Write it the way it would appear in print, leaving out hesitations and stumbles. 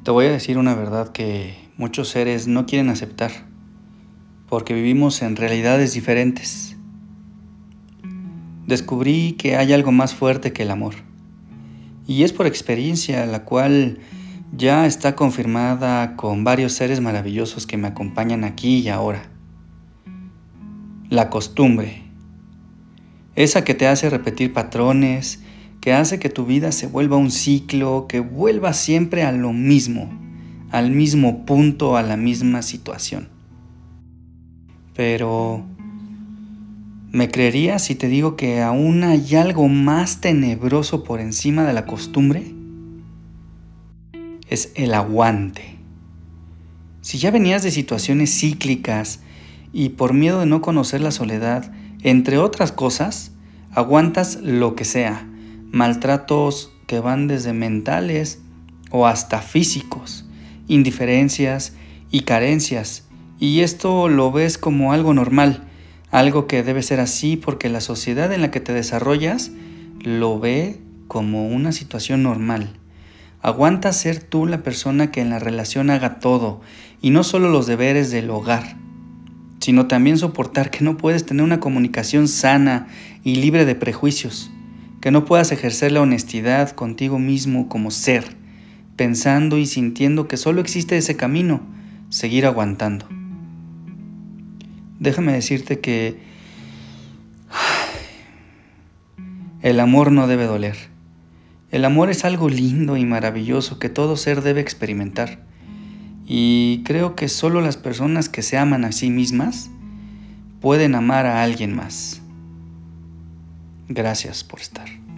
Te voy a decir una verdad que muchos seres no quieren aceptar, porque vivimos en realidades diferentes. Descubrí que hay algo más fuerte que el amor, y es por experiencia, la cual ya está confirmada con varios seres maravillosos que me acompañan aquí y ahora. La costumbre, esa que te hace repetir patrones, que hace que tu vida se vuelva un ciclo, que vuelva siempre a lo mismo, al mismo punto, a la misma situación. Pero, ¿me creerías si te digo que aún hay algo más tenebroso por encima de la costumbre? Es el aguante. Si ya venías de situaciones cíclicas y por miedo de no conocer la soledad, entre otras cosas, aguantas lo que sea, maltratos que van desde mentales o hasta físicos, indiferencias y carencias, y esto lo ves como algo normal, algo que debe ser así porque la sociedad en la que te desarrollas lo ve como una situación normal. Aguanta ser tú la persona que en la relación haga todo, y no solo los deberes del hogar, sino también soportar que no puedes tener una comunicación sana y libre de prejuicios, que no puedas ejercer la honestidad contigo mismo como ser, pensando y sintiendo que solo existe ese camino, seguir aguantando. Déjame decirte que el amor no debe doler. El amor es algo lindo y maravilloso que todo ser debe experimentar. Y creo que solo las personas que se aman a sí mismas pueden amar a alguien más. Gracias por estar.